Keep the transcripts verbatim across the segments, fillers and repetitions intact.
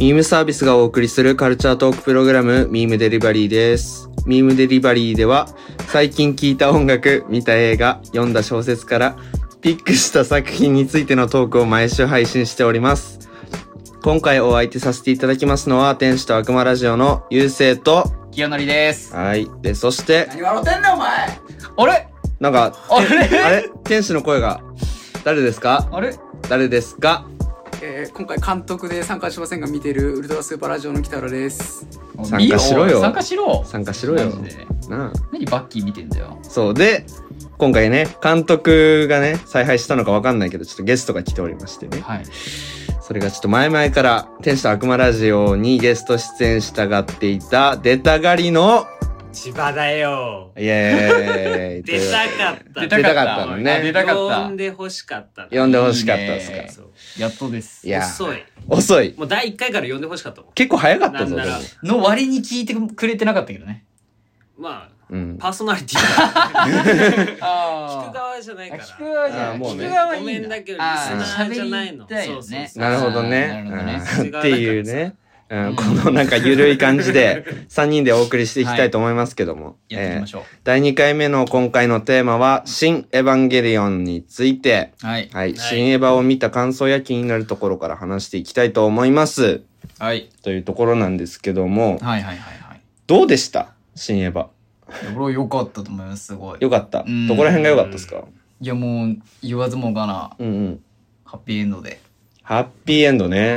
ミームサービスがお送りするカルチャートークプログラムミームデリバリーです。ミームデリバリーでは最近聴いた音楽、見た映画、読んだ小説からピックした作品についてのトークを毎週配信しております。今回お相手させていただきますのは天使と悪魔ラジオのゆうせいと清則です。 はい。で、そして何笑ってんねんお前。 あれなんかあれあれ天使の声が誰ですか？ あれ誰ですか？ えー、今回監督で参加しませんが見ているウルトラスーパーラジオの北浦です。 参加しろよ。 参加しろ。 参加しろよ。 マジでなあ。 何バッキー見てんだよ。 そうで今回ね監督がね采配したのか分かんないけどちょっとゲストが来ておりましてね。 はい。 それがちょっと前々から天使と悪魔ラジオにゲスト出演したがっていた出たがりの千葉だよ。 イエーイ出たかった。 出たかったのね。 出たかった。 呼んで欲しかった。 呼んで欲しかったですか。 いいねやっとです。 いや遅い。 遅い。 もうだいいっかいから呼んで欲しかったもん。 結構早かったぞ。 なんならの割に聞いてくれてなかったけどね。 まあ、 うん、 パーソナリティ聞あく側じゃないから。 聞く側じゃない。 もうね聞く側いいごめんだけどリスナーじゃないの。そうそうそう。 なるほどなね。 るほどねうん、っていうね。うん、このなんかゆるい感じでさんにんでお送りしていきたいと思いますけども、はい、 やっていきましょう、 えー、だいにかいめの今回のテーマは新エヴァンゲリオンについて、 はい、 はい、新エヴァを見た感想や気になるところから話していきたいと思います、 はい、 というところなんですけども、 はいはいはいはい、どうでした新エヴァ？ 俺は良かったと思います。すごい良かった。どこら辺が良かったですか？ いやもう言わずもがな、 うんうん、 ハッピーエンドでハッピーエンドね。 うん、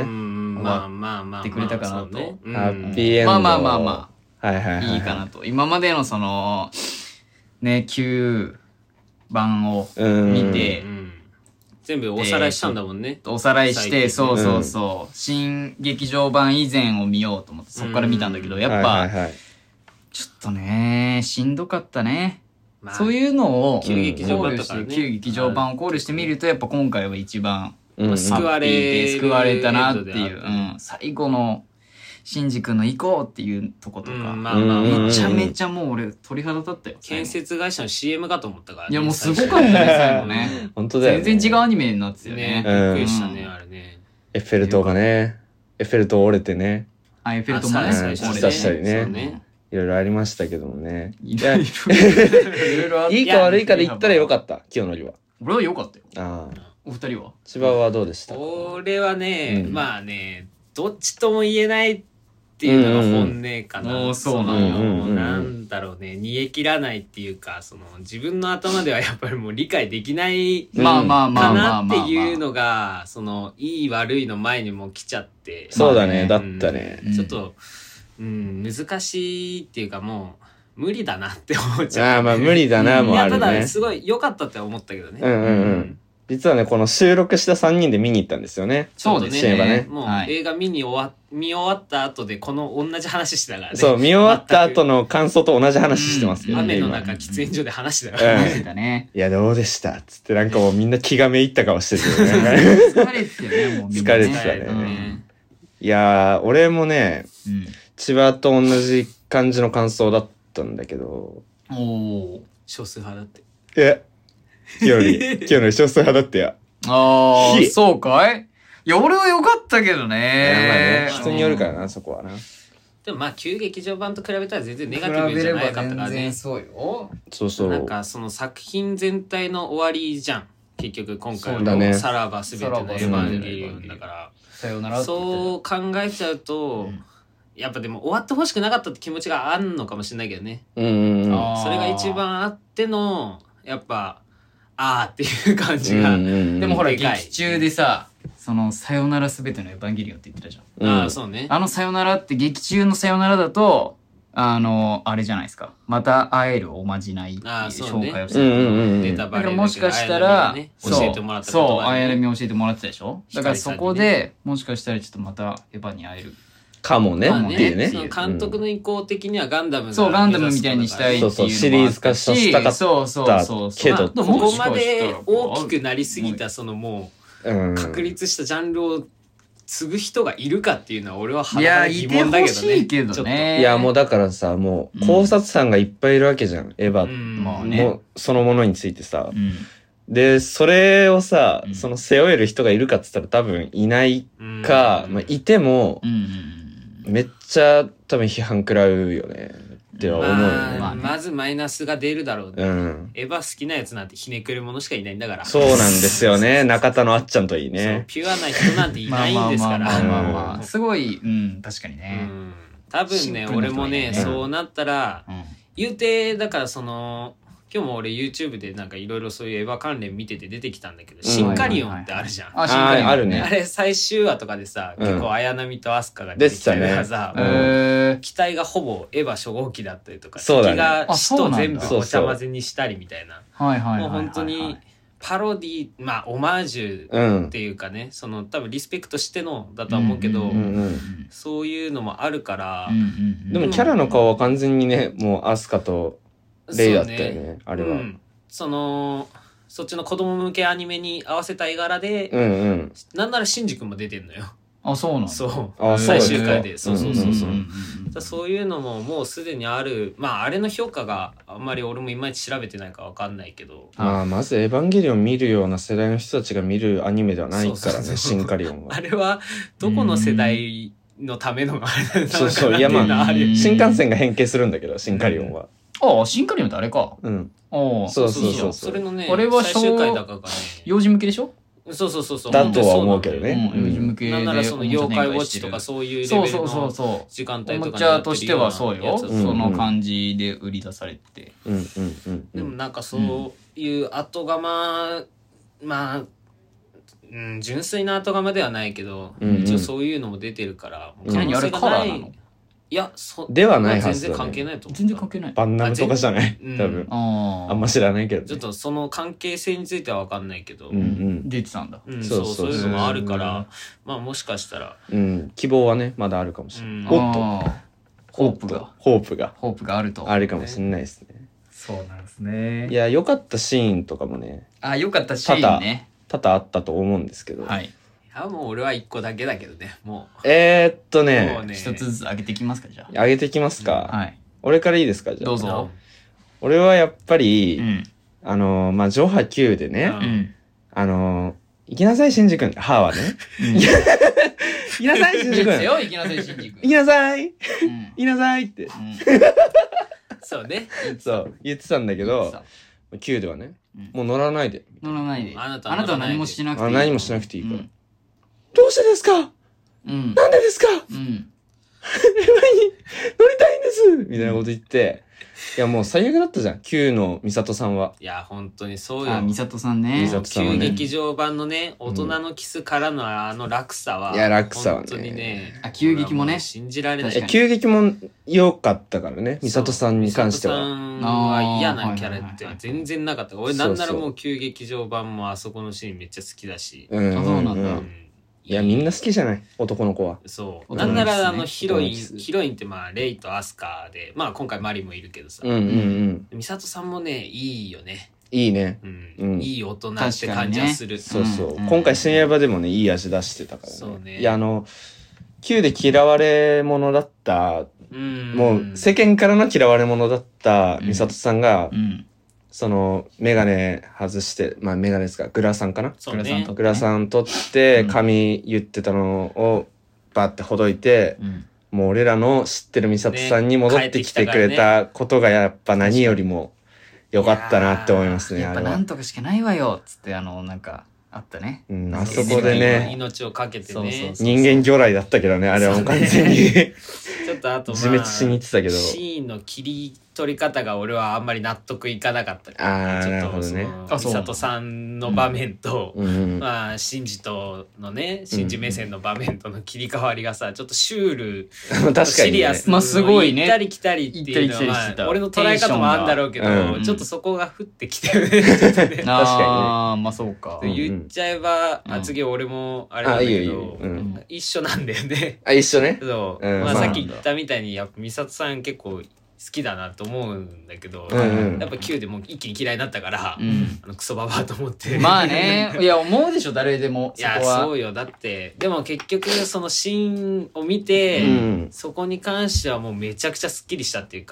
まあまあまあってくれたかなと、 ね、 ハッピーエンド。 まあまあまあまあ、 はいはいはい、はい、 いいかなと。今までのそのねきゅうばんを見て、 うん、全部おさらいしたんだもんね。 おさらいして、そうそうそう、うん、新劇場版以前を見ようと思ってそこから見たんだけど、やっぱ、はいはいはい、ちょっとねしんどかったね。まあ、そういうのを旧劇場版とかね、 旧劇場版を考慮してみるとやっぱ今回は一番うん、救われ救われたなっていう、うん、最後のシンジ君の行こうっていうとことか、うん、まあまあ、めちゃめちゃもう俺鳥肌立ったよ。 建設会社の シーエム かと思ったからね。 いやもうすごかったね最後ね。 本当だよ、ね、 全然違うアニメになってたよね。 びっくりしたね、あれね。 エッフェル塔がね、エッフェル塔折れてね。 あ、エッフェル塔もね、 折れたりね。ねいろいろありましたけどもね。いろいろいいか悪いかで言ったらよかった、清則は。 俺はよかったよ。 ああ。 お二人は？ 千葉はどうでした？ 俺はね、うん、まあね、どっちとも言えないっていうのが本音かな。 うんうん、そうなの、なんだろうね、煮え切らないっていうか、その自分の頭ではやっぱりもう理解できないかなっていうのが、そのいい悪いの前にも来ちゃって。 そうだね、だったね。 うん、ちょっと、うん、難しいっていうかもう無理だなって思っちゃう。 ああ、まあ無理だな、もあるね。 いや、ただすごい良かったって思ったけどね。 うんうんうん。うん実はねこの収録したさんにんで見に行ったんですよね。 そうですね。ねもう映画見に終わ見終わった後でこの同じ話してたからね。 そう見終わった後の感想と同じ話してますけど、 ねうん、雨の中喫煙所で話してたからね。うん、ねいやどうでしたっつってなんかもうみんな気がめいった顔してるよね。疲れてたよねもうみんなね。 疲れてたね。うん、いや俺もね、うん、千葉と同じ感じの感想だったんだけど。 おお少数派だって。 え。清則、清則少数派だってや。 ああ、そうかい？いや、俺は良かったけどね。 まあね、人によるからな、そこはな。 でもまあ、旧劇場版と比べたら全然ネガティブじゃなかったからね。 そうよ。 そうそう。 なんか、その作品全体の終わりじゃん。結局、今回は、ね、さらばすべてのエヴァンゲリオンだから。 さよなら。 そう考えちゃうと、うん、やっぱでも終わってほしくなかったって気持ちがあんのかもしれないけどね。 うんうんうん。 それが一番あっての、やっぱ、あーっていう感じが、うんうんうん、 でもほら劇中でさそのさよならすべてのエヴァンゲリオンって言ってたじゃん、 うん、ああそうねあのさよならって劇中のさよならだとあのあれじゃないですかまた会えるおまじないっていう紹介をしてるだからもしかしたら教えてもらったそうあやなみ教えてもらってたでしょだからそこでもしかしたらちょっとまたエヴァに会えるかもね、 まあ、ねっていうね。 その監督の意向的にはガンダムがそうガンダムみたいにしたいっていうのもあったし、 そうそうシリーズ化させたかったけど、 まあ、ここまで大きくなりすぎたそのもう確立したジャンルを継ぐ人がいるかっていうのは俺ははら疑問だけどね。 いやいてほしいけどね。 いやもうだからさもう考察さんがいっぱいいるわけじゃん、うん、エヴァ、 うん、 もうそのものについてさ、 うん、 で、それをさ、 うんその背負える人がいるかっつったら多分いないか、 うんまあ、いてもうんうんうんめっちゃ多分批判食らうよねっては思うよね。 まあまあねまずマイナスが出るだろうね、 うん。 エヴァ好きなやつなんてひねくるものしかいないんだから。 そうなんですよね。中田のあっちゃんといいそうね。 ピュアな人なんていないんですから。 まあまあまあまあまあ、 うんすごい、うん確かにうね、 ん多分ねシンプルな俺もね、 人がいいねそうなったらうん言うてだからその今日も俺 YouTube でなんかいろいろそういうエヴァ関連見てて出てきたんだけど、シンカリオンってあるじゃん。 あシンカリオンああるねあれ最終話とかでさ、 うん結構綾波と飛鳥が出てきたりとかさ、 出てたねもうへー機体がほぼエヴァ初号機だったりとか、 そうだね敵が死と全部あそうなんだごちゃ混ぜにしたりみたいな、 はいはいはいはいはい、 もう本当にパロディまあオマージュうんっていうかね、その多分リスペクトしてのだとは思うけど、 うんうんうん。 そういうのもあるから、 うんうんうんでもキャラの顔は完全にね、もうアスカとレイだったよね、 そうあれは。うんうん、そのそっちの子供向けアニメに合わせた絵柄で、 うん。 なんならシンジ君も出てんのよ。 あそうなんだそうあ最終そうですか回でそうそうそうそう、 んんんだからそういうのももうすでにある。まああれの評価があんまり俺もいまいち調べてないから分かんないけど、 まあ、まずエヴァンゲリオン見るような世代の人たちが見るアニメではないからね、 そうそうそうシンカリオンはあ。れはどこの世代のためのあれなのかなそうそうっていうのはあるようん新幹線が変形するんだけど、シンカリオンは。 ああシンカリオンってあれかうん。 ああそうそうそうそれのねあれは最終回だかがね幼児向けでしょそうそうそうそうだとは思うけどうね。 ん幼児向けでなんならその妖怪ウォッチとおもちゃ展開してるかそういうレそうそうベルのそうそう時間帯とかにおもちゃとしてはそうよ、 やってるようなやつその感じで売り出されてうんうんうんうん。 でもなんかそういう後釜、まあ、うん、純粋な後釜ではないけど、 うんうん一応そういうのも出てるから、 うん何あれカラーなのいやそではないはずだね全然関係ないと思う。 全然関係ないバンナムとかじゃないうん多分。 あああんま知らないけどね。 ちょっとその関係性については分かんないけど、 うんうん。 出てたんだうんそそそううそうういうのもあるかうんら、まあもしかしたら、 うん。希望はね、まだあるかもしれない。 うんおっと。 あーホープがホープがホープがあるとあるかもしれないですね。 そうなんですねいや、良かったシーンとかもね、 あよかったシーンね多々あったと思うんですけど。 はいいやもう俺は一個だけだけどね、もえー、っとう。もねう、ね一つずつ上げていきますかじゃ上げていきますか。 あはい俺からいいですかじゃあ。 どうぞ俺はやっぱり、 うんあのー、まあ、ジョハきゅうでね、 うんうんあのー、行きなさい、シンジ君。歯はね。 うん行きなさい、シンジ君。 いいですよ行きなさい新宿行きなさい、 うん行きなさいって。 うんそうね。 そう、言ってたんだけど、きゅうではね、 うんもう乗らないで。 乗らないであなたあなたは何もしなくていいあ何もしなくていいからうんどうしてですかうんなんでですかうん乗りたいんですみたいなこと言って、いやもう最悪だったじゃん、きゅうの美里さんは。 いや、本当にそうよ。 あ美里さんね美里さんは旧ね劇場版のね、大人のキスからのあの落差は、 いや落差はね本当にね、 あ急激もねこれはう信じられない。 え、急激も良かったからね、美里さんに関して美里さは。 んは嫌なキャラってあー全然なかった。俺なんならもう旧劇場版もあそこのシーンめっちゃ好きだし。 うんあそうなんだうんいや、みんな好きじゃない男の子は。 そう。 大人のキスねなんならあのヒロイン、 大人のキスヒロインってまあレイとアスカで、まあ今回マリもいるけどさうん、うんうん。 美里さんもね、いいよね。 いいね。 うん。 うんいい大人って感じはする。 そうそう。 うん今回深夜場でもね、いい味出してたからね。 そうねいや、あの、きゅうで嫌われ者だった、 うん。 もう世間からの嫌われ者だった美里さんが、 うんその、メガネ外して、まあメガネですか、グラサンかなそうねグラサンと。 グラサン取って、 うん髪言ってたのをバッてほどいて、 うんもう俺らの知ってる美里さんに戻ってきてくれたことがやっぱ何よりも良かったなって思いますね、あれはやっぱなん。とかしかないわよっつってあのなんかあったねうん、あそこでね、 命をかけてそうそうね。 そう人間魚雷だったけどね、あれはもう完全にちょっとあとまあ、 自滅しに行ってたけど。 シーンの切り取り方が俺はあんまり納得いかなかったあーちょっとなるほどねそのあそう美里さんの場面と、 うんうん。 まあシンジとのねシンジ目線の場面との切り替わりがさちょっとシュール確かにねシリア。スまあすごいね行ったり来たりっていうのは、 行ったり来たりしてたまあ、俺の捉え方もあるんだろうけど、 テンションがうんちょっとそこが降ってきてるねちょっとねああまあそうかうん言っちゃえば、 うんあ次俺もあれなんだけど、 あいいよいいようん一緒なんだよねあ、一緒ね。 そう、 うんまあ、 まあさっき言ったみたいにやっぱ美里さん結構好きだなと思うんだけど、 うんうんやっぱきゅうでもう一気に嫌いになったから、 うんあのクソババアと思ってまあねいや思うでしょ誰でもいやそこはそうよだってでも結局そのシーンを見て、 うんそこに関してはもうめちゃくちゃスッキリしたっていうか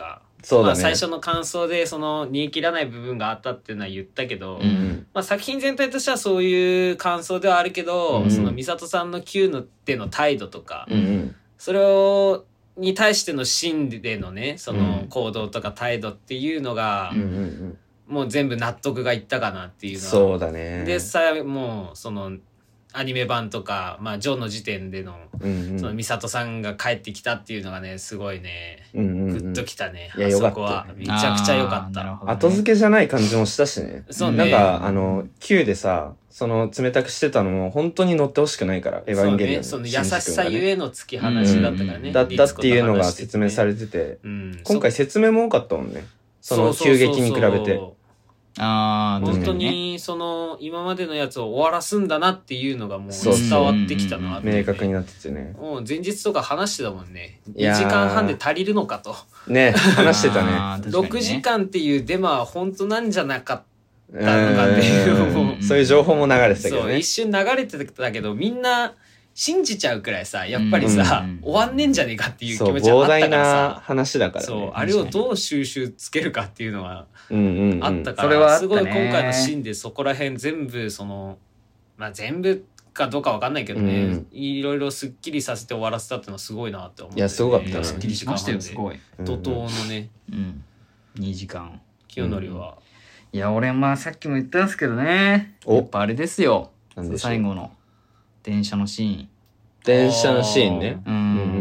そうだね。 まあ最初の感想でその煮え切らない部分があったっていうのは言ったけど、 うん、 まあ作品全体としてはそういう感想ではあるけど、うん、その美里さんの Q のでの態度とか、 うん、 それをに対しての真でのねその行動とか態度っていうのが、 うんうんうん、 もう全部納得がいったかなっていうのは。 そうだね。 でさもうそのアニメ版とか、まあ、ジョーの時点での、うんうん、その美里さんが帰ってきたっていうのがねすごいね、うんうんうん、グッときたね。 いや、 あそこはめちゃくちゃ良かった、 ね、後付けじゃない感じもしたしね。 そうね。 なんかあの Q でさその冷たくしてたのも本当に乗ってほしくないからエヴァンゲリオン、 そうね、その優しさゆえの突き放しだったからね、うん、 だったっていうのが説明されてて、うん、今回説明も多かったもんね。その急激に比べて。そうそうそうそうあ本当にその今までのやつを終わらすんだなっていうのがもう伝わってきたなって、 ね、明確になっててね。 もう前日とか話してたもんね。にじかんはんで足りるのかとね話してたね。 ろくじかんっていうデマは本当なんじゃなかったのかっていうそういう情報も流れてたけどね。 そう一瞬流れてたけどみんな信じちゃうくらいさやっぱりさ、うん、終わんねんじゃねえかっていう気持ちがあったからさ、 膨大な話だからね。 そうあれをどう収集つけるかっていうのはあったから、 それはあったね。 すごい今回のシーンでそこら辺全部そのまあ全部かどうかわかんないけどね、うん、いろいろすっきりさせて終わらせたってのはすごいなって思って、ね、 いやすごかったね。 すっきりしましたよすごい。 怒涛のね、 うん、にじかん清則は、 うん、いや俺まあさっきも言ったんですけどねやっぱあれですよ最後の電車のシーン電車のシーンね。 うん。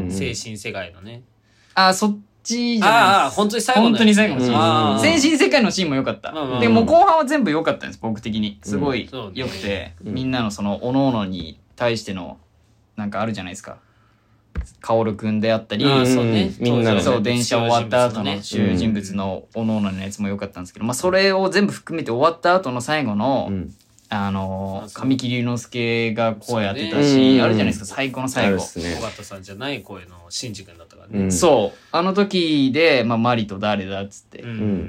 精神世界のね。 あ、そっちじゃないです。 ああ、本当に最後の、ね。 本当に最後のシーン。精神世界のシーンも良かった。でも後半は全部良かったんです、僕的に。すごい良くて、うんね、みんなのその、各々に対しての、なんかあるじゃないですか。薫くんであったり、 あそうね、 みんなの、そう、電車終わった後の主人物の各々のやつも良かったんですけど、まあそれを全部含めて終わった後の最後の、うんあの神木隆之介が声やってたし、あるじゃないですか最高の最後。 尾形さんじゃない声のシンジ君だったからね。 うん、そうあの時で、まあ、マリと誰だっつって、うん、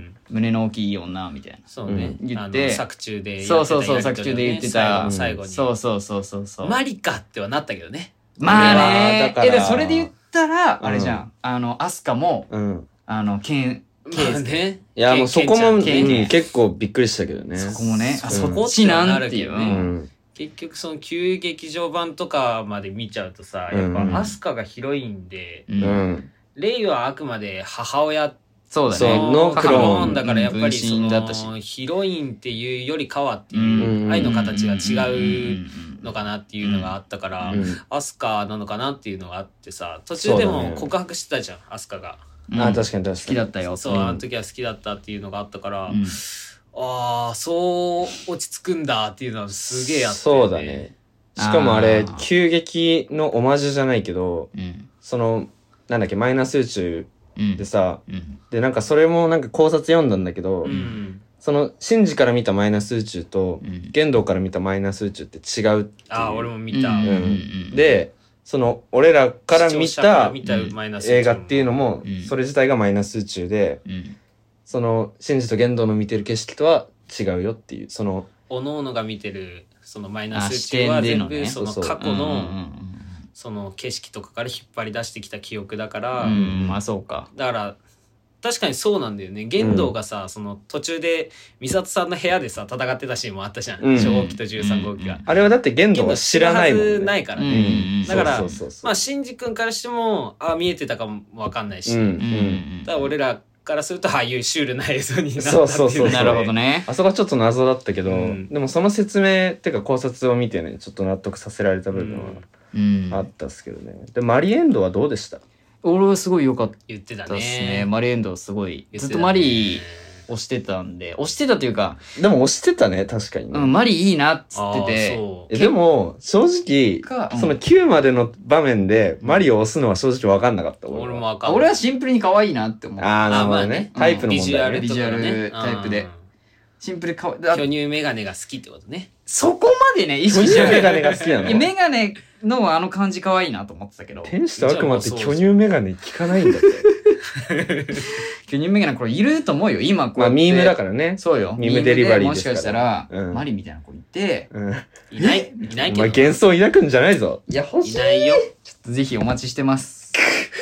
胸の大きい女みたいな。 そうね。 言って作中でそうそうそう作中で言ってた最後に。 そうそうそうそうそう。 マリかってはなったけどね。 まあね。えでそれで言ったらあれじゃん。あのアスカも、うん、あのケンまあね、 いやもうそこも、うん、結構びっくりしたけどね。 そこもね、 あそこってなるけどね。結局その旧劇場版とかまで見ちゃうとさ、やっぱアスカがヒロインで、うん、レイはあくまで母親そうだねのクローンだからやっぱりそのヒロインっていうよりかはっていう愛の形が違うのかなっていうのがあったから、アスカなのかなっていうのがあってさ、途中でも告白してたじゃん、アスカが。 うん、あ確かに確かに好きだったよそう、あの時は好きだったっていうのがあったから、うん、ああそう落ち着くんだっていうのはすげえあったよね。 そうだね。しかもあれ急激のオマージュじゃないけど、うん、そのなんだっけマイナス宇宙でさ、うん、でなんかそれもなんか考察読んだんだけど、うん、そのシンジから見たマイナス宇宙と、うん、玄道から見たマイナス宇宙って違うっていう。 あ俺も見た、 うんうん、でその俺らから見た映画っていうのもそれ自体がマイナス宇宙で、うん、そのシンジと玄道の見てる景色とは違うよっていうそのおのおのが見てるそのマイナス宇宙は全部その過去のその景色とかから引っ張り出してきた記憶だから、 うん、まあそうかだから確かにそうなんだよね。玄道がさ、うん、その途中で美里さんの部屋でさ戦ってたシーンもあったじゃん、うん、初号機とじゅうさん号機が、うん、 あれはだって玄道は知らないもん、ね、 知らないからね、うん、だからまあシンジ君からしてもあ見えてたかも分かんないし、うん、だから俺らからするとああいうシュールな映像になったっていう。そうそうそう、 なるほどね。 あそこはちょっと謎だったけど、うん、でもその説明っていうか考察を見てねちょっと納得させられた部分はあったっすけどね。でマリエンドはどうでした？ 俺はすごい良かった言ってたですね。マリエンドはすごい、ね、ずっとマリ押してたんで押してたというかでも押してたね確かにね、 うん、マリいいなっつっててえでも正直、うん、そのきゅうまでの場面でマリを押すのは正直分かんなかった、 うん、俺も分かんない。 俺はシンプルに可愛いなって思う。 ああなるほどね、タイプの問題、ね、 ビジュアル、ビジュアルタイプでシンプルかわ巨乳メガネが好きってことね。 そこまでね意識してない。巨乳メガネが好きなの。 メガネのあの感じ可愛いなと思ってたけど。 天使と悪魔って巨乳メガネ聞かないんだって。 巨乳メガネこれいると思うよ今こう。 まあミームだからね。 そうよ。 ミームデリバリーですから。 もしかしたら、うん、マリみたいな子いて、 うん、いないいないけど。 お前幻想抱くんじゃないぞ。 いや欲しい。 いないよ。 ちょっとぜひお待ちしてます。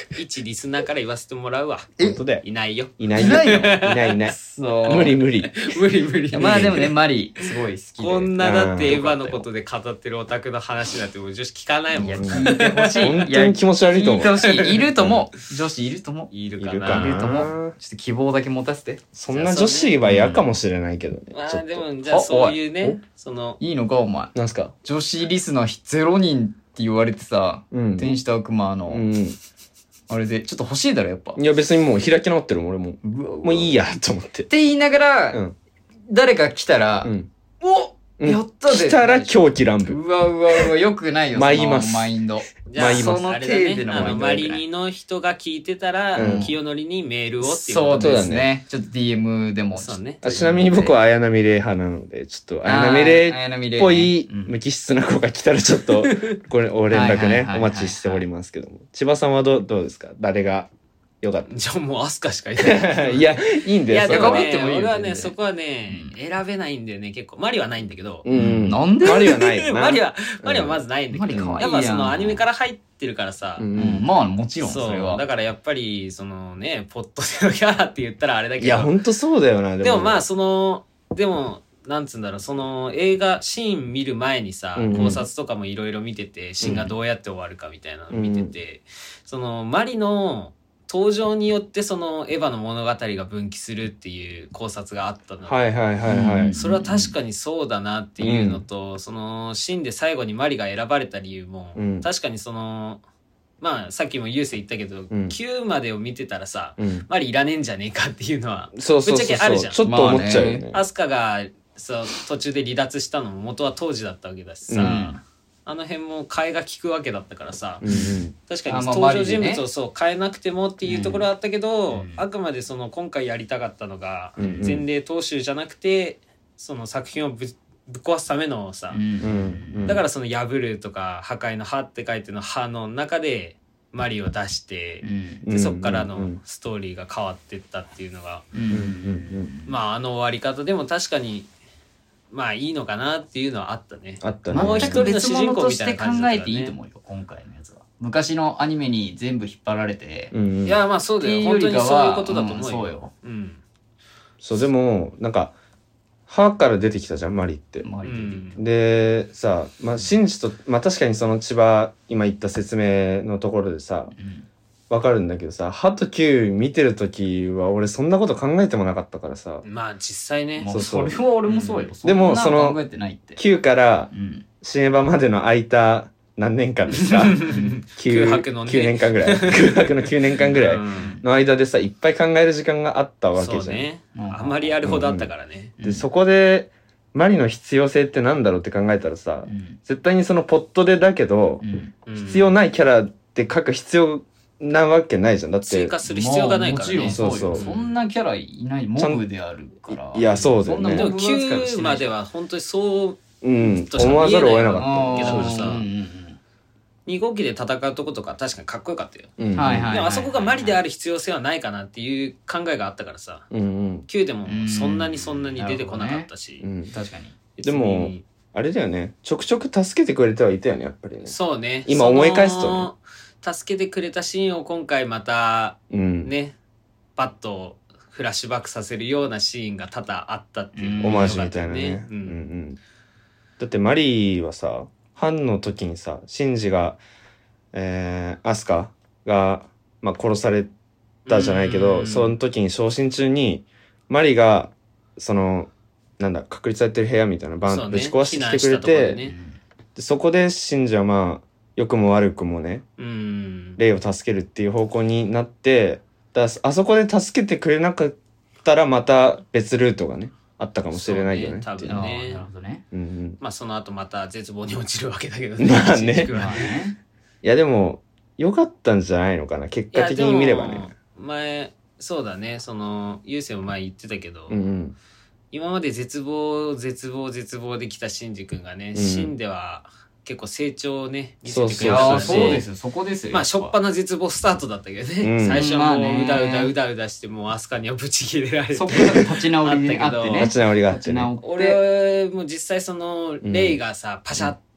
一リスナーから言わせてもらうわ。 本当だよ。 いないよ。 いないよ。 いないのいないいない。 そう無理無理。 無理無理。 まあでもねマリすごい好きでこんなだってエヴァのことで語ってるオタクの話なんてもう女子聞かないもん。 いや聞いてほしい。 本当に気持ち悪いと思う。 聞いてほしい。いるとも女子いるともいるかな。 いるかいるともな。 ちょっと希望だけ持たせて。 そんな女子は嫌かもしれないけどね。 まあでちょっと。 もじゃあそういうね、そのいいのかお前。 なんすか？ 女子リスナーゼロ人って言われてさ、 うん。 天使と悪魔の、 うん。 あれでちょっと欲しいだろやっぱ。 いや別にもう開き直ってるもん俺も。 うわもういいやと思って。 って言いながら、 うん。 誰か来たら、 うん。 おうんやったぜ来たら狂気乱舞。 うわうわうわよくないよ参りますそのマインド。 じゃあ参りますそのあれだね、 程度のあのママインドだねリニの人が聞いてたら、 うん清則にメールをっていうそうことですね。ちょっと ディーエム でも。 そうね。 あちなみに僕は綾波レイ派なので、ちょっと綾波レイっ綾波レイねぽいうん無機質な子が来たらちょっと、これ、お連絡ねはいはいはいは、いお待ちしておりますけども。千葉さんはどう、どうですか？誰がよかっじゃあもうアスカしかいない。 たいや、いいんだよ、 いやそれは。 でもね、 被ってもいいよ俺はね、 全然そこはね、 うん選べないんだよね、結構。マリはないんだけど。 うん。 なんでマリはないよな。 マリは、 うんマリはまずないんだけど。 マリ可愛いやんやっぱそのアニメから入ってるからさ。 ううんん。 まあもちろんそれそう。 は。 だからやっぱり、そのね、ポットでのキャラって言ったらあれだけど。 いや、ほんとそうだよな、 でもまあ、その、でも、なんつうんだろう、その映画、シーン見る前にさ、 うんうん考察とかもいろいろ見てて、シーンがどうやって終わるかみたいなの見てて、その、マリの登場によってそのエヴァの物語が分岐するっていう考察があったので、 はいはいはいはうんい。 それは確かにそうだなっていうのと、そのシーンで最後にマリが選ばれた理由も、 うん確かにその、まあさっきもユース言ったけど、 うんきゅうまでを見てたらさ、 うん。 マリいらねえんじゃねえかっていうのは、 そうそうそうぶっちゃけあるじゃんちょっと思っちゃうよね。 アスカがそう途中で離脱したのも元は当時だったわけだしさ、 うんあの辺も替えが利くわけだったからさ、 うんうん。 確かにあまあ登場人マリでね物をそう変えなくてもっていうところはあったけど、 うんあくまでその今回やりたかったのが、 うんうん前例踏襲じゃなくてその作品をぶぶっ壊すためのさ、 うんうん。 だからその破るとか破壊の「破」って書いての「破」の中でマリを出してう、んうんでそっからのうんストーリーが変わってったっていうのが、 ううんうんんまああの終わり方でも確かにまあいいのかなっていうのはあったね。 あったね。 もう一人の主人公みたいな感じだったからね別物として考えていいと思うよ今回のやつは。昔のアニメに全部引っ張られて、 うんうん。 いやまあそうだよ、 っていう本当によりかはそういうことだと思うよ。 うんそうようんそう、でも、なんか、歯から出てきたじゃん、マリって。 周りで出てで、さ、まあ、シンジと、まあ確かにその千葉、今言った説明のところでさ、 うんわかるんだけどさ、歯とキュー見てるときは俺そんなこと考えてもなかったからさ、 まあ実際ねもそううそうそれは俺もそうよ。 でもそんなその考えてないって。 キューからうん新エヴァまでの空いた何年間ですか空白のねきゅうねんかんぐらい。空白のきゅうねんかんぐらいうんの間でさ、いっぱい考える時間があったわけじゃん。 そうね、 うんあまりやるほどあったからね、 で、そこで、マリの必要性ってなんだろうって考えたらさ、 うん絶対にそのポットでだけど、 うんうん必要ないキャラって書く必要なわけないじゃん。だって追、加する必要がないからね、 もちろんそうよ。 そうそうそんなキャラいないモブであるから。 いやそうだよねでもそんなモブ扱いはしてきゅうまでは本当にそううんとし、か思わざるを得な見えかあーった。 けどさうんうんに号機で戦うとことか確かにかっこよかったよ、 うん。 はいはいでもあそこがマリである必要性はないかなっていう考えがあったからさうんうん。 きゅうでもそんなにそんなに出てこなかったし、 うん。 確かに。 別にでもあれだよね。ちょくちょく助けてくれてはいたよね、やっぱりね。 そうね今思い返すとねその助けてくれたシーンを今回またうん。 ねパッとフラッシュバックさせるようなシーンが多々あったっていううんオマージュみたいなね。 ううんんうん。だってマリーはさ、ハンの時にさ、シンジが、えー、アスカが、まあ、殺されたじゃないけうど、 んその時に昇進中に、マリが、その、なんだ、確立されてる部屋みたいなバン、 そうねぶち壊してきてくれ避難したとこでて、 ねでそこでシンジはまあ、良くも悪くもね、 うんレイを助けるっていう方向になって、だあそこで助けてくれなかったらまた別ルートがね、あったかもしれないよね。 そうね多分あねーなるほどね。 うんうん。 まあその後また絶望に落ちるわけだけどまあねシンジ君はまあね。 いやでも、良かったんじゃないのかな、結果的に見ればいやでねも。前そうだねその優勢も前言ってたけど、 うんうん。 今まで絶望絶望絶望できたシンジ君がね、 んシンでは結構成長をね見せてくそういやーれたからねそうですよ。そこですよ。 まあしょっぱな絶望スタートだったけどね、 うん最初はもうまあねうだうだうだうだしてもうアスカにはブチ切れられてそこから立ち直りでああったけどってね。 立ち直りがあってね。 立ち直って。 俺も実際そのレイがさ、パシャっ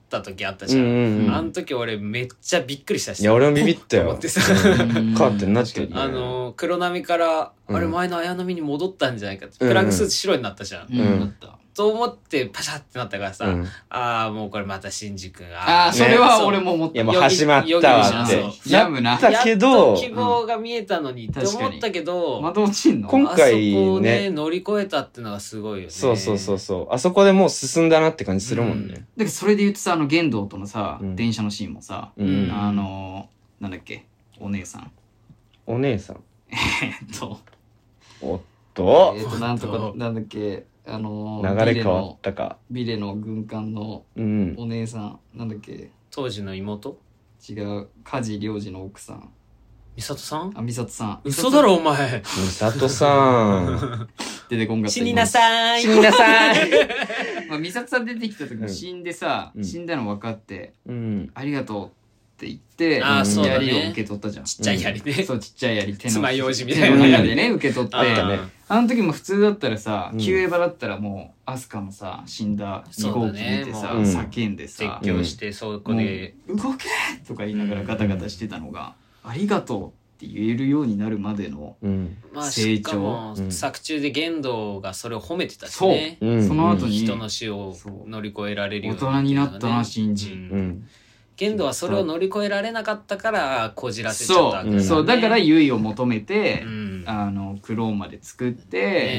った時あったじゃん、うんうん、あの時俺めっちゃびっくりしたし、 いや俺もビビったよ思ってさカーテンなってる、ね、 あの黒波から、うん、あれ前の綾波に戻ったんじゃないかって、プラグスーツ白になったじゃん、 うんうん、 と思ってパシャってなったからさ、うん、ああもうこれまたシンジ君ああそれは俺も思った、 いやもう始まったわってやむなだけどやっと希望が見えたのにって思ったけど、 また落ちんの今回ね、 あそこね乗り越えたってのがすごいよね。 そうそうそうそうあそこでもう進んだなって感じするもんね、うん、だけどそれで言うとさあの玄道とのさ、うん、電車のシーンもさ、 うん、 あのなんだっけお姉さんお姉さんえっとおっとえっとなんとかなんだっけあのー、流れ変わったかビレの軍艦のお姉さん、うん、なんだっけ当時の妹違う梶良治の奥さん美里さんあ美里さん嘘だろお前美里さん出てこんかった死になさい死になさいまあ美里さん出てきた時に死んでさ、うん、死んだの分かって、うん、ありがとうって言って、 あそうだね、 槍を受け取ったじゃん。 ちっちゃい槍ね、 うん、そうちっちゃい槍手の爪楊枝みたいな手の中でね受け取って、 ね、 あの時も普通だったらさ、うん、キューエヴァだったらもうアスカのさ死んだに号機見てさ、ね、叫んでさ絶叫してそこで、 うん、動けとか言いながらガタガタしてたのが、うん、ありがとうって言えるようになるまでの成長、 まあ、しかも作中で玄道がそれを褒めてたしね、 そう、うん、その後に人の死を乗り越えられるように、 大人になったなシンジ、うんうん玄道はそれを乗り越えられなかったからこじらせちゃったわけだからね。 そう、だから唯を求めて、うん、あのクローンまで作って、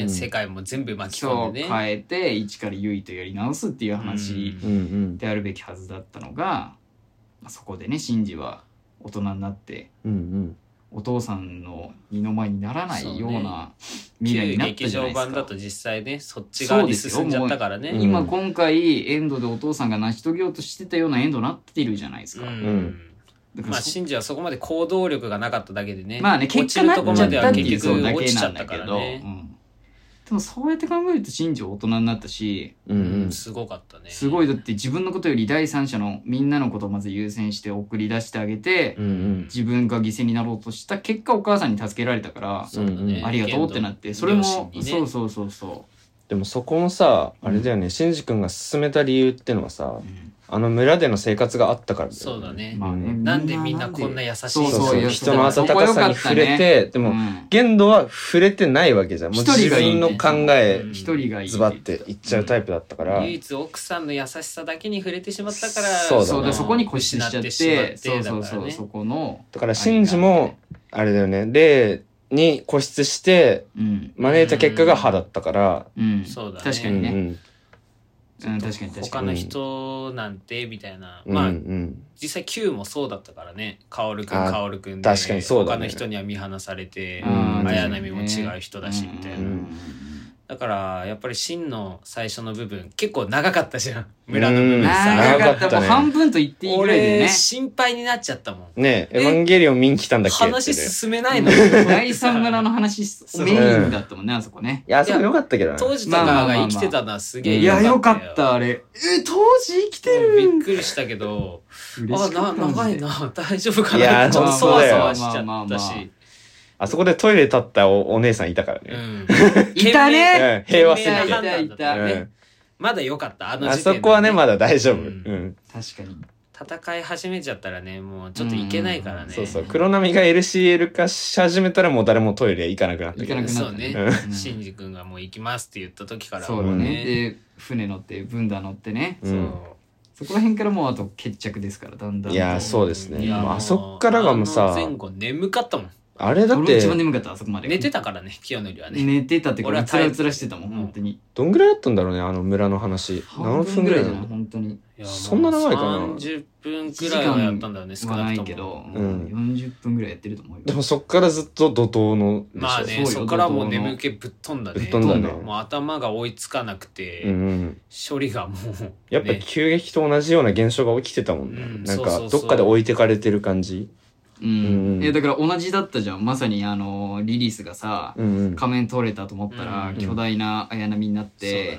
ね、世界も全部巻き込んでね変えて一から唯とやり直すっていう話であるべきはずだったのが、まあ、そこでねシンジは大人になって、 うんうんお父さんの二の舞にならないような未来になったじゃないですか。 劇場版だと実際ねそっち側に進んじゃったからね。 今今回エンドでお父さんが成し遂げようとしてたようなエンドになっているじゃないですか。 うん、だからまあシンジはそこまで行動力がなかっただけでね。 まあね結果なっちゃったっていうだけ落ちちゃなんだけど、 ったからね。 うんでもそうやって考えるとシンジは大人になったし、 うんうん、すごかったね。 すごいだって自分のことより第三者のみんなのことをまず優先して送り出してあげて、 うんうん、 自分が犠牲になろうとした結果お母さんに助けられたから、 そうだね、 ありがとうってなってそれも、ね、そうそうそうそうでもそこもさあれだよね、うん、シンジ君が進めた理由ってのはさ、うんあの村での生活があったからだよね。 そうだね。まあね、なんでみんなこんな優しいそうそうそう人の温かさに触れて、ね、でも、うん、玄度は触れてないわけじゃん。もう自分の考えズバっていっちゃうタイプだったから。 唯一奥さんの優しさだけに触れてしまったから、 そうだ、ね、そこに固執しちゃって、そうそうそう、ね、そこのだからシンジもあれだよね。霊に固執して招いた結果が歯だったから。 うん、そうだね。確かにね。うんうん、確かに確かに他の人なんてみたいな、うん、まあ、うん、実際 Q もそうだったからね薫くん薫くんで確かにそうだ、ね、 他の人には見放されて綾波も違う人だしみたいな、うん、だからやっぱり真の最初の部分結構長かったじゃん村の部分さ、 うん、長かった、もう半分と言っていいぐらいでね俺心配になっちゃったもんねえエヴァンゲリオン見に来たんだっけ話進めないの第三村の話メインだったもんねあそこねいやあそこよかったけどね当時とかが生きてたのはすげえよかったよいやよかったあれえ当時生きてるびっくりしたけどあな長いな大丈夫かなちょっとそわそわしちゃったしあそこでトイレ立ったお、お姉さんいたからね。うん、 いたね、 うん、平和すぎて。 いたいた、ねうん、まだ良かった、あの時点で、ね。 あそこはね、まだ大丈夫。うん。うん、 確かに。 戦い始めちゃったらね、もうちょっといけないからね。 そうそう。黒波が エルシーエル 化し始めたらもう誰もトイレ行かなくなったけど、ね。 そうね。シンジ君がもう行きますって言った時から、 ね。そうだね。で、船乗って、ブンダ乗ってね。うん、そう。そこら辺からもうあと決着ですから、だんだん。 いや、そうですね。あそっからがもうさ。 前後眠かったもん。 あれだって一番眠かったあそこまで寝てたからね清則はね寝てたってかつらうつらしてたもん本当にどんぐらいだったんだろうねあの村の話何分ぐらいだろう本当にそんな長いかなさんじゅっぷんくらいはやったんだよね少なくともけど、うん、よんじゅっぷんぐらいやってると思うよでもそっからずっと怒涛のまあねそっからもう眠気ぶっ飛んだねぶっ飛んだねもう頭が追いつかなくて、 うん、 処理がもう、ね、 やっぱ急激と同じような現象が起きてたもんね、うん、なんかどっかで置いてかれてる感じうんうん、えだから同じだったじゃんまさにあのリリースがさ、うんうん、仮面取れたと思ったら、うんうん、巨大な綾波になって、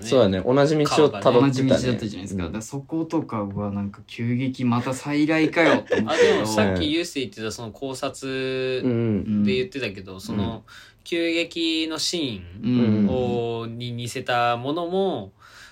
そうだね同じ道をたどってた、ね、 同じ道だったじゃないですか、うん、だからそことかはなんか急激また再来かよって思ってあでもさっきユース言ってたその考察で言ってたけど、うん、その急激のシーンを、うん、に似せたものも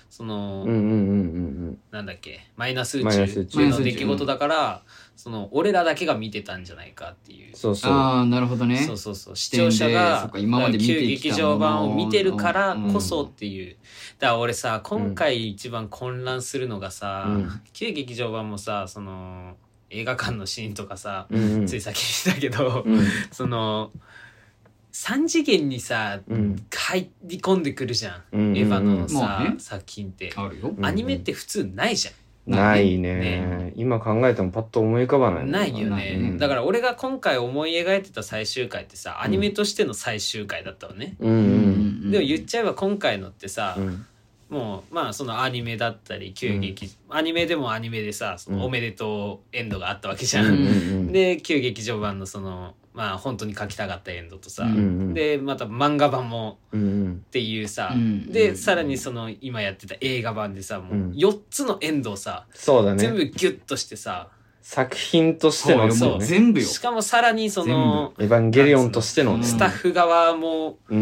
その、 うんうんうんうんうんなんだっけマイナス宇マイナス宇宙宙の出来事だから、その俺らだけが見てたんじゃないかっていう。 そうそうああなるほどね。 そうそうそう視聴者が今まで見て旧劇きたもの場版を見てるからこそっていう、だから俺さ今回一番混乱するのがさ、 うん、 旧劇場版もさその映画館のシーンとかさ、 うんうん、 ついさっき見たけど、 うん、 そのさん次元にさ、 うん、 入り込んでくるじゃん、 うんうんうん、 エヴァのさ、 まあね、 作品ってあるよ。 アニメって普通ないじゃん。 ないね、 ね今考えてもパッと思い浮かばないもんないよね、 うん、 だから俺が今回思い描いてた最終回ってさアニメとしての最終回だったのね、 うんうん、 でも言っちゃえば今回のってさ、 うん、 もうまあそのアニメだったり旧劇、うん、アニメでもアニメでさそのおめでとうエンドがあったわけじゃん、うんうんうん、で旧劇場版のそのまあ本当に書きたかったエンドとさ、うんうん、でまた漫画版もっていうさ、うんうん、でさらにその今やってた映画版でさもうよっつのエンドをさ、 そうだね、 全部ギュッとしてさ作品としての、 そう全部よ。 しかもさらにそのエヴァンゲリオンとしての、 スタッフ側も、 うんうん、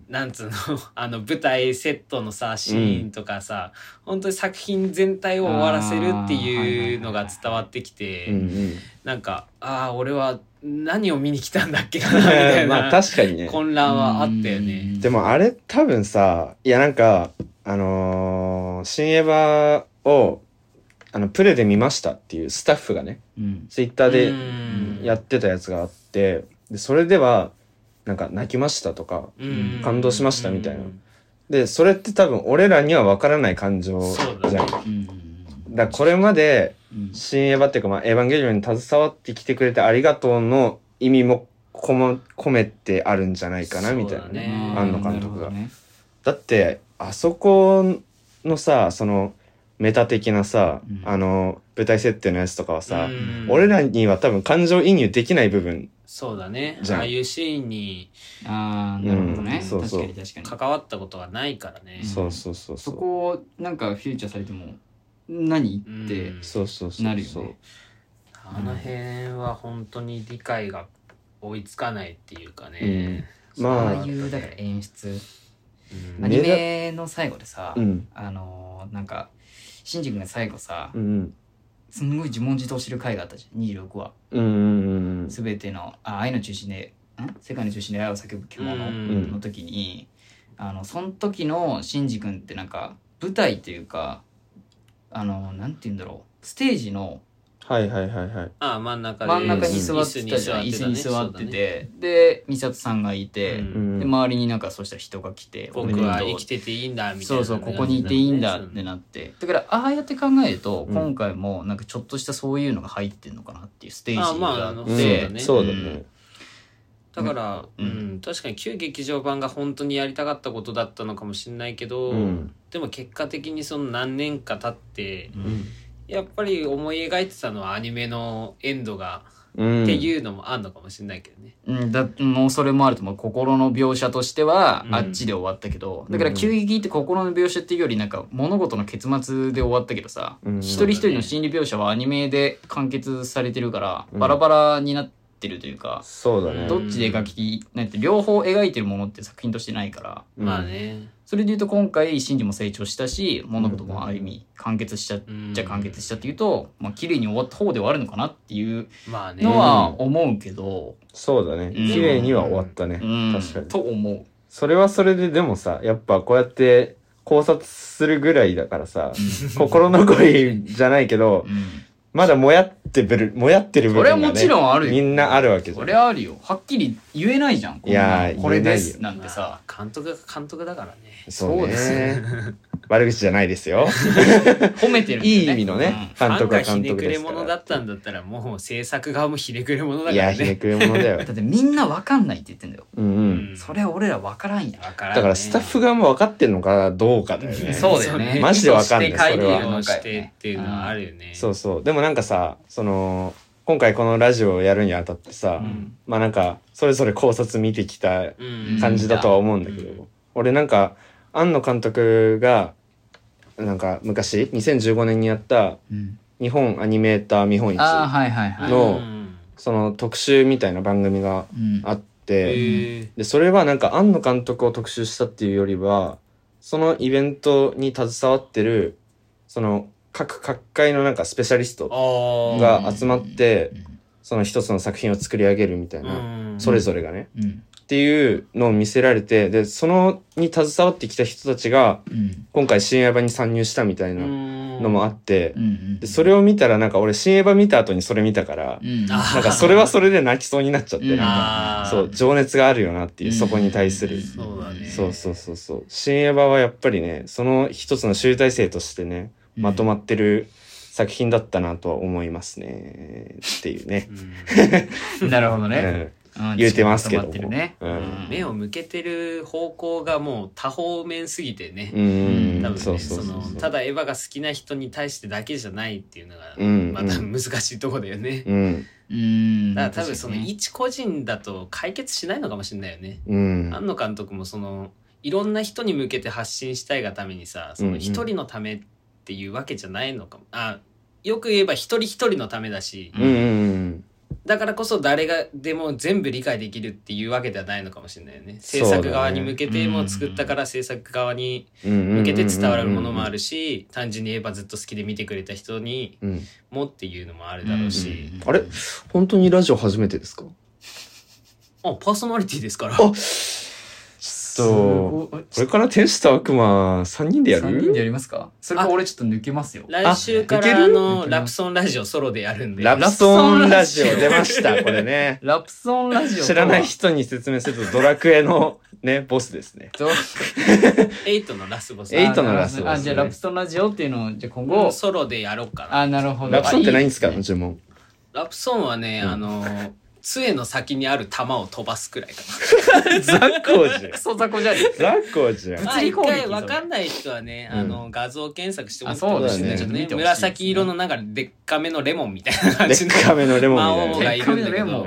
なんつうのあの舞台セットのさシーンとかさ、うん、本当に作品全体を終わらせるっていうのが伝わってきて、うんうん、なんかああ俺は何を見に来たんだっけかなみたいなまあ確かにね混乱はあったよね。 でもあれ多分さいやなんかあのー、新エヴァをあのプレで見ましたっていうスタッフがね、うん、ツイッターでやってたやつがあってでそれではなんか泣きましたとか感動しましたみたいなでそれって多分俺らには分からない感情じゃん。だからこれまで新エヴァっていうか、まあ、エヴァンゲリオンに携わってきてくれてありがとうの意味もこも込めてあるんじゃないかなみたいなね庵野監督が、ね、だってあそこのさそのメタ的なさ、うん、あの舞台設定のやつとかはさ、うん、俺らには多分感情移入できない部分そうだねああいうシーンにああなるほどね、うん、 そうそう確かに確かに関わったことがないからね、 うん、そうそうそうそうそこをなんかフューチャーされても何ってなるよね、 うん、そうそうそうそうあの辺は本当に理解が追いつかないっていうかね、 うん、まあああいうだから演出、うん、アニメの最後でさ、うん、あのなんかシンジ君が最後さ、うん、すんごい自問自答してる回があったじゃんにじゅうろくわ、うんうんうん、全てのあ愛の中心でん世界の中心で愛を叫ぶ獣の時に、うん、あのその時のシンジ君ってなんか舞台というかあのなんて言うんだろうステージのはいはいはいはいああ真ん中で真ん中に座ってたじゃん、椅子に座ってて、ね、で美里さんがいて、うん、で周りになんかそうしたら人が来て僕は生きてていいんだみたいなそうそうここにいていいんだってなってだからああやって考えると、うん、今回もなんかちょっとしたそういうのが入ってんのかなっていうステージがあって、 まあうん、そうだねだから、うんうん、確かに旧劇場版が本当にやりたかったことだったのかもしれないけど、うん、でも結果的にその何年か経って、うんやっぱり思い描いてたのはアニメのエンドが、うん、っていうのもあんのかもしれないけどね。 うん、だもうそれもあると思う心の描写としてはあっちで終わったけど、うん、だから急激って心の描写っていうよりなんか物事の結末で終わったけどさ、うん、一人一人の心理描写はアニメで完結されてるから、うん、バラバラになってるというか、 そうだね、 どっちで描きなんて両方描いてるものって作品としてないから、 うん、まあねそれでいうと今回シンジも成長したし物事もある意味完結しちゃっちゃ完結したっていうと、まあ綺麗に終わった方ではあるのかなっていうのは思うけど、 そうだね綺麗には終わったね、うん、確かにと思う。 それはそれででもさやっぱこうやって考察するぐらいだからさ心残りじゃないけど、うんまだもやってる、もやってる部分がね。 それはもちろんあるよ。 みんなあるわけじゃん。 それはあるよ。はっきり言えないじゃん。 いやこれですなんてさ、 まあ、監督が監督だからね。 そうですね。悪口じゃないですよ。 褒めてる、ね。 いい意味のね、 うん、監督が監督ですから。ひねくれ者だったんだったらもう制作側もひねくれ者だからね。いやひねくれ者だよ。 だってみんなわかんないって言ってんだよ。うんうん。それは俺らわからんや。 わからん、ね。 だからスタッフ側も分かってんのかどうかだよね。 そうだよね。 マジでわかんない。それは。してっていうのはあるよね。 そうそう。でもなんかさ、その今回このラジオをやるにあたってさ、うん、まあなんかそれぞれ考察見てきた感じだとは思うんだけど、うん、俺なんか庵野監督がなんか昔にせんじゅうごねんにやった日本アニメーター見本市のその特集みたいな番組があって、でそれはなんか庵野監督を特集したっていうよりはそのイベントに携わってるその各各界のなんかスペシャリストが集まってその一つの作品を作り上げるみたいな、それぞれがね、うん、っていうのを見せられて、でそのに携わってきた人たちが今回新エヴァに参入したみたいなのもあって、うん、でそれを見たらなんか俺新エヴァ見た後にそれ見たから、うん、なんかそれはそれで泣きそうになっちゃって、なんかそう情熱があるよなっていう、そこに対する、うん、そうだね、そうそうそうそう、新エヴァはやっぱりねその一つの集大成としてねまとまってる作品だったなとは思いますねっていうね、 うん、なるほどね、 うん、言うてますけども、 ね、うん、目を向けてる方向がもう多方面すぎてね、 うん、 多分ね、そうそうそうそう、そのただエヴァが好きな人に対してだけじゃないっていうのがまた難しいところだよね、うん、うん、だから多分その一個人だと解決しないのかもしれないよね、うん、庵野監督もそのいろんな人に向けて発信したいがためにさ、その一人のためっていうわけじゃないのかも、あ、よく言えば一人一人のためだし、うんうんうん、だからこそ誰がでも全部理解できるっていうわけではないのかもしれないよね。制作側に向けても作ったから制作側に向けて伝わるものもあるし、単純にエヴァずっと好きで見てくれた人にもっていうのもあるだろうし、うんうんうん、 あれ本当にラジオ初めてですか？ あ、パーソナリティですから。 あこれから天使と悪魔さんにんでやる？さんにんでやりますか？それか俺ちょっと抜けますよ。 来週からあのラプソンラジオソロでやるんで。 ラプソンラジオ出ましたこれね。 ラプソンラジオ知らない人に説明するとドラクエのねボスですね。 エイトのラスボス。 エイトのラスボス、ね。 あ、じゃあラプソンラジオっていうのをじゃあ今後、 うん、ソロでやろうかな。 あ、なるほど。 ラプソンって何ですか？呪文。 ラプソンはね、うん、あの。杖の先にある弾を飛ばすくらいかな。雑魚じゃん。 クソ雑魚じゃん。 雑魚じゃん。 まあ一回わかんない人はね、あの画像検索してもらってほしいんだけどね。紫色のなんかでっかめのレモンみたいな感じの。 でっかめのレモン魔王がいるんだけど。 うん、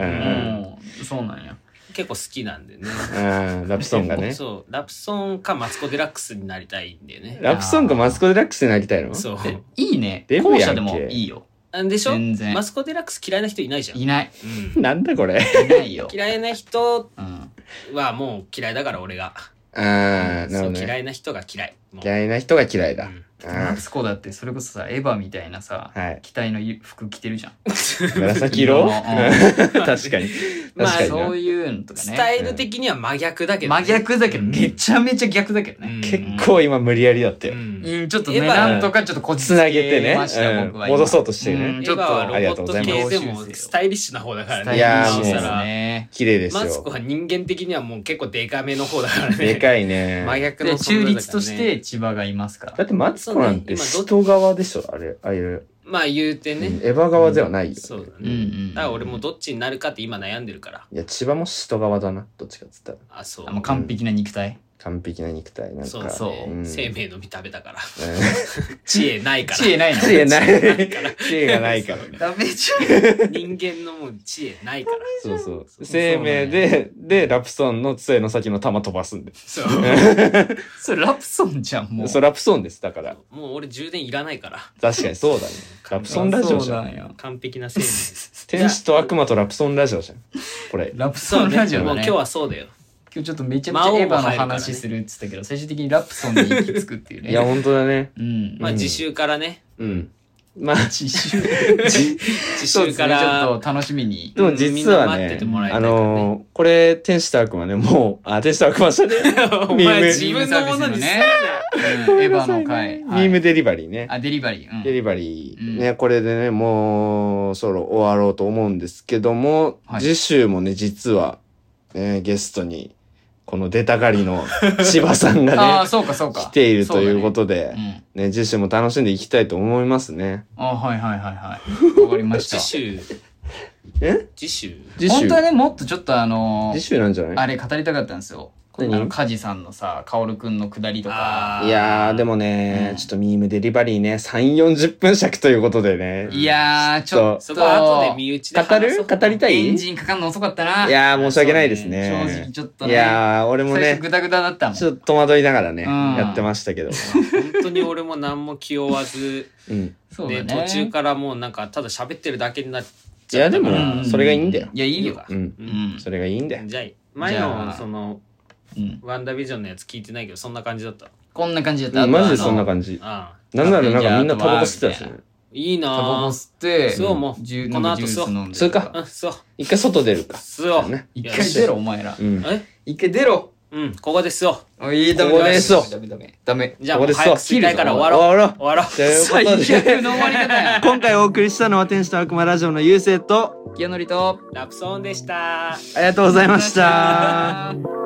そうなんや。 結構好きなんでね。 あ、ラプソンがね。 そう、ラプソンかマツコデラックスになりたいんだよね。 ラプソンかマツコデラックスになりたいの？ そう。 いいね。後者でもいいよ。 でしょ？マスコデラックス嫌いな人いないじゃん。 いない。 うん、なんだこれ。 いないよ。 嫌いな人はもう嫌いだから俺が。 ああ、なるほどね。 嫌いな人が嫌い。 嫌いな人が嫌いだ。うんマツコだってそれこそさエヴァみたいなさ、はい、機体の服着てるじゃん。 紫色？確かに。 まあそういうのとかね。 スタイル的には真逆だけど、 ね。真逆だけど、めちゃめちゃ逆だけどね。 結構今無理やりだったよ。 うん、ちょっとね、なんとかちょっとこっちつなげてね、 戻そうとしてね。 ちょっとありがとうございます。でもスタイリッシュな方だからね。 いやーもう綺麗ですよ。 マツコは人間的にはもう結構デカめの方だからね。 でかいね。 真逆の中立として千葉がいますから。 だってマツコなんて人側でしょあれああいう。 まあ言うてね、うん、 エヴァ側ではないよ、ね、 そうだね、うんうん、だから俺もどっちになるかって今悩んでるから。 いや千葉も使徒側だなどっちかっつったら。 あ、そう。 あ、もう完璧な肉体、うん、 完璧な肉体なんかそうそう、うん、生命の実食べたから知恵ないから知恵ないの知恵ない知恵がないからね。 ダメじゃん人間のもう知恵ないからそうそう生命ででラプソンの杖の先の玉飛ばすんで。 そうそれラプソンじゃんもう。 そうラプソンですだから。 もう俺充電いらないから。 確かにそうだね。ラプソンラジオじゃん。 完璧な生命です。 天使と悪魔とラプソンラジオじゃんこれ。 ラプソンラジオだね。 もう今日はそうだよ。 今日ちょっとめちゃめちゃエヴァの話するって言ったけど、最終的にラプソンで行き着くっていうね。 いや本当だね。 うん。 まあ次週からね。 うん。まあ次週次週からちょっと楽しみに。 でも実はね、あのこれ天使と悪魔ねもうあ天使と悪魔じゃね。 お前自分のものにね。 エヴァの回。 ミームデリバリーね。 あデリバリー。 デリバリーねこれでねもうそろ終わろうと思うんですけども、次週もね実はゲストに。この出たがりの千葉さんがねあそうかそうか来ているということで、ねうん、ね次週も楽しんでいきたいと思いますね。 あはいはいはいはいわかりました。 次週え次週本当はねもっとちょっとあのー、 次週なんじゃない？ あれ語りたかったんですよ。あの梶さんのさカオルくんのくだりとか。 いやーでもね、うん、ちょっとミームデリバリーねさんじゅうよんじゅっぷん尺ということでね。 いやーちょっとそこ後で身内で語る語りたい？ エンジンかかんの遅かったな。 いやー申し訳ないですね。 正直ちょっとね。 いやー俺もね最初グダグダだったもん。 ちょっと戸惑いながらね、うん、やってましたけど。 本当に俺も何も気負わず、うん、で途中からもうなんかただ喋ってるだけになっちゃったから。いやでもそれがいいんだよ。 いやいいよ。 うん、うん、それがいいんだよ。 じゃあ前のそのワンダービジョンのやつ聞いてないけどそんな感じだった。 こんな感じだった。 うん、マジでそんな感じ。なんならなんかみんなタバコ吸ってたしね。 いいなぁ。 タバコ吸って、 そうもう、この後そう。 吸うか。 そう。 一回外出るか。 吸おう。 一回出ろ、お前ら。 え一回出ろ。 うん、ここで吸おう。 おい、ダメダメ。ダメダメ。ダメ。 じゃあもう早く吸いたいから終わろう。終わろう。終わろう。 最悪の終わり方や。 今回お送りしたのは天使と悪魔ラジオのゆうせいと、 きよのりと、 ラプソーンでした。 ありがとうございました。